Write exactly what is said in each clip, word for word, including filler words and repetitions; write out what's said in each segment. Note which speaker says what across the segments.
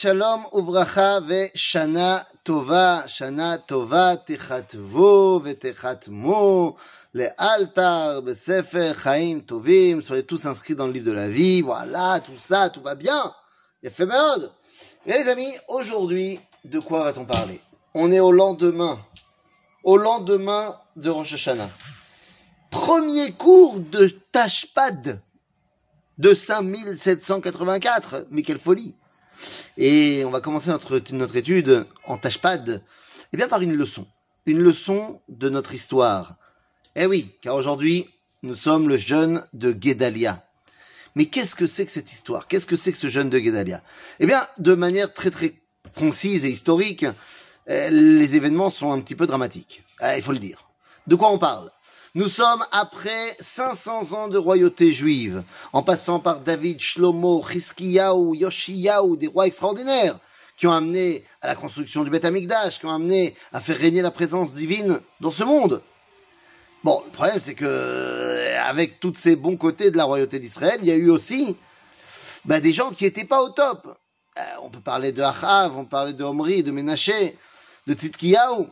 Speaker 1: Shalom uvracha ve shana tova, shana tova techatvo ve techatmo, le altar besefer chaim tovim, soyez tous inscrits dans le livre de la vie, voilà, tout ça, tout va bien. Il a fait merde. Bien les amis, aujourd'hui, de quoi va-t-on parler? On est au lendemain, au lendemain de Rosh Hashanah. Premier cours de Tashpad de cinq mille sept cent quatre-vingt-quatre, mais quelle folie! Et on va commencer notre, notre étude en Tashpad, eh bien par une leçon, une leçon de notre histoire. Eh oui, car aujourd'hui, nous sommes le jeûne de Guédalia. Mais qu'est-ce que c'est que cette histoire? Qu'est-ce que c'est que ce jeûne de Guédalia? Eh bien, de manière très très concise et historique, eh, les événements sont un petit peu dramatiques. Eh, il faut le dire. De quoi on parle? Nous sommes après cinq cents ans de royauté juive, en passant par David, Shlomo, Chizkiyahu, Yoshiyahu, des rois extraordinaires, qui ont amené à la construction du Beth Amikdash, qui ont amené à faire régner la présence divine dans ce monde. Bon, le problème c'est que, avec tous ces bons côtés de la royauté d'Israël, il y a eu aussi bah, des gens qui n'étaient pas au top. Euh, on peut parler de Achav, on peut parler de Omri, de Ménaché, de Tzidkiyahu.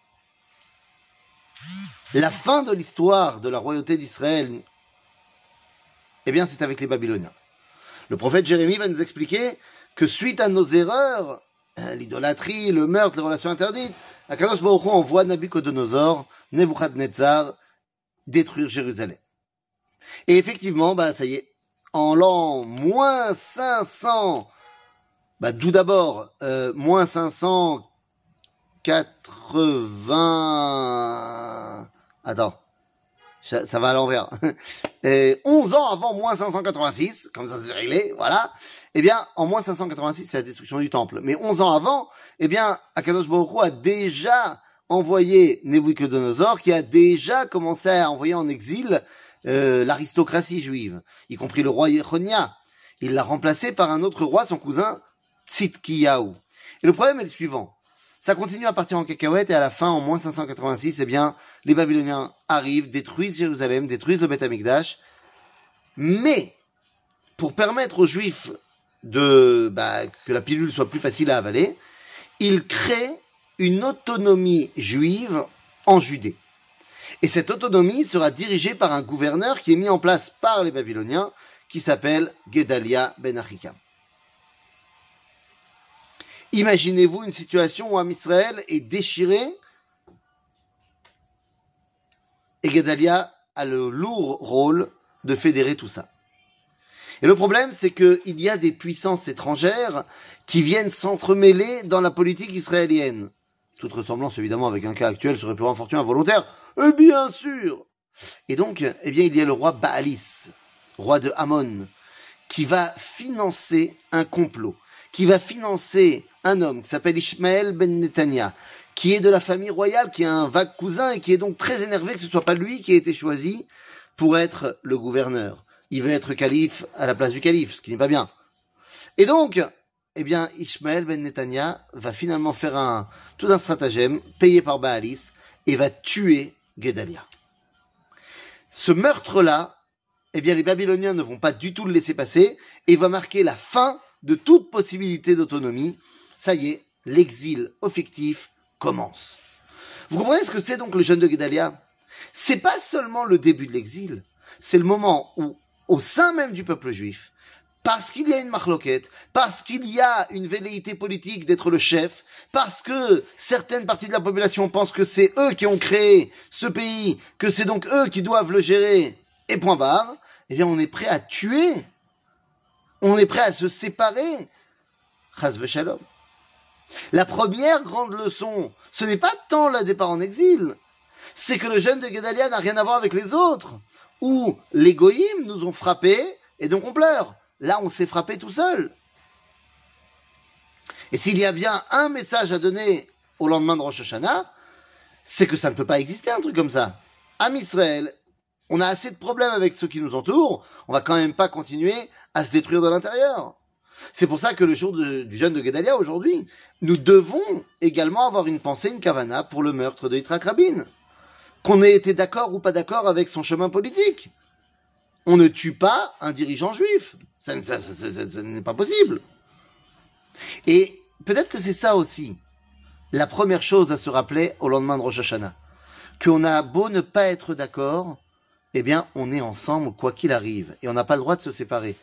Speaker 1: La fin de l'histoire de la royauté d'Israël, eh bien, c'est avec les Babyloniens. Le prophète Jérémie va nous expliquer que suite à nos erreurs, l'idolâtrie, le meurtre, les relations interdites, Akadosh Baruch Hu envoie Nabuchodonosor, Nebuchadnezzar, détruire Jérusalem. Et effectivement, bah, ça y est, en l'an moins cinq cents, bah, tout d'abord, euh, moins cinq cent quatre-vingts, attends, ça, ça va à l'envers. Et onze ans avant moins cinq cent quatre-vingt-six, comme ça c'est réglé, voilà. Eh bien, en moins cinq cent quatre-vingt-six, c'est la destruction du temple. Mais onze ans avant, eh bien, Akadosh Baruch Hu a déjà envoyé Nabuchodonosor, qui a déjà commencé à envoyer en exil euh, l'aristocratie juive, y compris le roi Yechonia. Il l'a remplacé par un autre roi, son cousin Tzidkiyahu. Et le problème est le suivant. Ça continue à partir en cacahuète et à la fin, en moins cinq cent quatre-vingt-six, eh bien, les Babyloniens arrivent, détruisent Jérusalem, détruisent le Beth Amikdash. Mais, pour permettre aux Juifs de, bah, que la pilule soit plus facile à avaler, ils créent une autonomie juive en Judée. Et cette autonomie sera dirigée par un gouverneur qui est mis en place par les Babyloniens, qui s'appelle Guédalia ben Achikam. Imaginez-vous une situation où Am Israël est déchiré et Guédalia a le lourd rôle de fédérer tout ça. Et le problème, c'est qu'il y a des puissances étrangères qui viennent s'entremêler dans la politique israélienne. Toute ressemblance, évidemment, avec un cas actuel serait purement fortuit, involontaire. Et bien sûr. Et donc, eh bien, il y a le roi Baalis, roi de Ammon, qui va financer un complot, qui va financer un homme qui s'appelle Ishmael ben Netanya, qui est de la famille royale, qui est un vague cousin et qui est donc très énervé que ce soit pas lui qui a été choisi pour être le gouverneur. Il veut être calife à la place du calife, ce qui n'est pas bien. Et donc, eh bien, Ishmael ben Netanya va finalement faire un, tout un stratagème payé par Baalis et va tuer Guédalia. Ce meurtre-là, eh bien, les Babyloniens ne vont pas du tout le laisser passer et va marquer la fin de toute possibilité d'autonomie. Ça y est, l'exil effectif commence. Vous comprenez ce que c'est donc le jeûne de Guédalia? C'est pas seulement le début de l'exil, c'est le moment où, au sein même du peuple juif, parce qu'il y a une marloquette, parce qu'il y a une velléité politique d'être le chef, parce que certaines parties de la population pensent que c'est eux qui ont créé ce pays, que c'est donc eux qui doivent le gérer, et point barre, eh bien on est prêt à tuer, on est prêt à se séparer. Chas v'shalom. La première grande leçon, ce n'est pas tant le départ en exil, c'est que le jeûne de Guédalia n'a rien à voir avec les autres, où les goïms nous ont frappés, et donc on pleure. Là, on s'est frappé tout seul. Et s'il y a bien un message à donner au lendemain de Rosh Hashanah, c'est que ça ne peut pas exister un truc comme ça. Am Israël, on a assez de problèmes avec ceux qui nous entourent, on va quand même pas continuer à se détruire de l'intérieur. C'est pour ça que le jour de, du jeûne de Guédalia, aujourd'hui, nous devons également avoir une pensée, une kavana pour le meurtre de Yitzhak Rabin. Qu'on ait été d'accord ou pas d'accord avec son chemin politique. On ne tue pas un dirigeant juif. Ça, ça, ça, ça, ça, ça n'est pas possible. Et peut-être que c'est ça aussi, la première chose à se rappeler au lendemain de Rosh Hashanah. Qu'on a beau ne pas être d'accord, eh bien, on est ensemble quoi qu'il arrive. Et on n'a pas le droit de se séparer.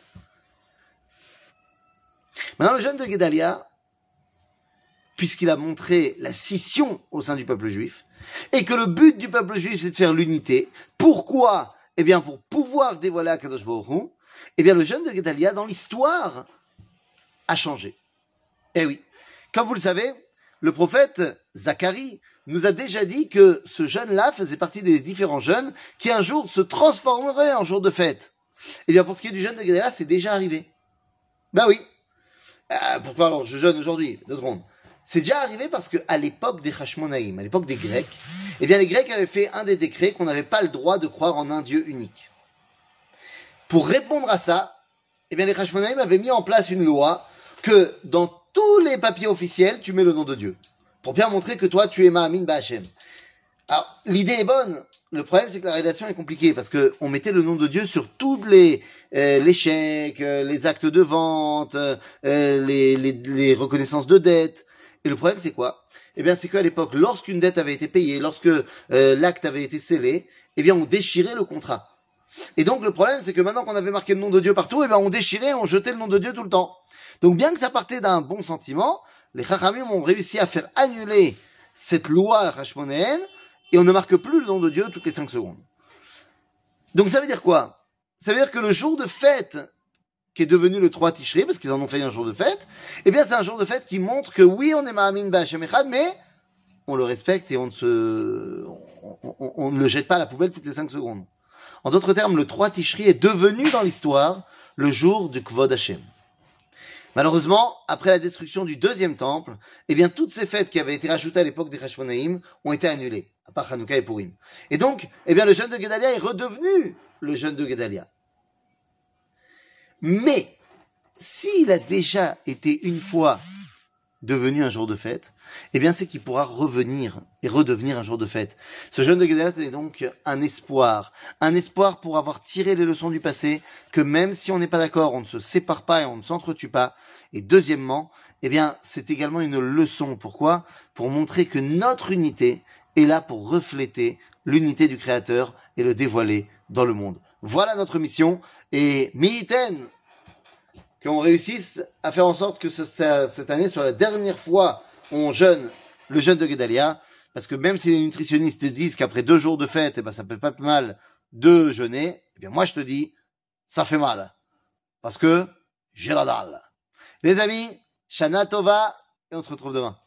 Speaker 1: Maintenant, le jeune de Guédalia, puisqu'il a montré la scission au sein du peuple juif, et que le but du peuple juif, c'est de faire l'unité. Pourquoi? Eh bien, pour pouvoir dévoiler Akadosh Baruch Hu, eh bien, le jeune de Guédalia, dans l'histoire, a changé. Eh oui. Comme vous le savez, le prophète Zacharie nous a déjà dit que ce jeune-là faisait partie des différents jeunes qui un jour se transformeraient en jour de fête. Eh bien, pour ce qui est du jeune de Guédalia, c'est déjà arrivé. Ben oui. Euh, pourquoi alors je jeûne aujourd'hui? Deux secondes. C'est déjà arrivé parce que à l'époque des Hashmonaïm, à l'époque des Grecs, eh bien les Grecs avaient fait un des décrets qu'on n'avait pas le droit de croire en un Dieu unique. Pour répondre à ça, eh bien les Hashmonaïm avaient mis en place une loi que dans tous les papiers officiels, tu mets le nom de Dieu. Pour bien montrer que toi, tu es Ma'amin Ba'Hashem. Alors, l'idée est bonne. Le problème, c'est que la rédaction est compliquée parce que on mettait le nom de Dieu sur toutes les euh, les chèques, euh, les actes de vente, euh, les, les, les reconnaissances de dettes. Et le problème, c'est quoi? Eh bien, c'est qu'à l'époque, lorsqu'une dette avait été payée, lorsque euh, l'acte avait été scellé, eh bien, on déchirait le contrat. Et donc, le problème, c'est que maintenant qu'on avait marqué le nom de Dieu partout, eh bien, on déchirait, on jetait le nom de Dieu tout le temps. Donc, bien que ça partait d'un bon sentiment, les Chachamim ont réussi à faire annuler cette loi hashmonéenne et on ne marque plus le nom de Dieu toutes les cinq secondes. Donc, ça veut dire quoi? Ça veut dire que le jour de fête qui est devenu le trois Tishri, parce qu'ils en ont fait un jour de fête, eh bien, c'est un jour de fête qui montre que oui, on est Ma'amin Ba'Hashem Echad, mais on le respecte et on ne se, on, on, on ne le jette pas à la poubelle toutes les cinq secondes. En d'autres termes, le trois Tishri est devenu dans l'histoire le jour du Kvod Hashem. Malheureusement, après la destruction du deuxième temple, eh bien, toutes ces fêtes qui avaient été rajoutées à l'époque des Hashmonaïm ont été annulées, à part Hanouka et Purim. Et donc, eh bien, le jeûne de Guédalia est redevenu le jeûne de Guédalia. Mais, s'il a déjà été une fois devenu un jour de fête, eh bien, c'est qu'il pourra revenir et redevenir un jour de fête. Ce jeûne de Guédalia est donc un espoir. Un espoir pour avoir tiré les leçons du passé, que même si on n'est pas d'accord, on ne se sépare pas et on ne s'entretue pas. Et deuxièmement, eh bien, c'est également une leçon. Pourquoi? Pour montrer que notre unité est là pour refléter l'unité du Créateur et le dévoiler dans le monde. Voilà notre mission. Et Mi'iten, qu'on réussisse à faire en sorte que ce, cette année soit la dernière fois où on jeûne le jeûne de Guédalia, parce que même si les nutritionnistes disent qu'après deux jours de fête, eh ben, ça peut pas mal de jeûner, eh bien, moi, je te dis, ça fait mal. Parce que j'ai la dalle. Les amis, Shana Tova, et on se retrouve demain.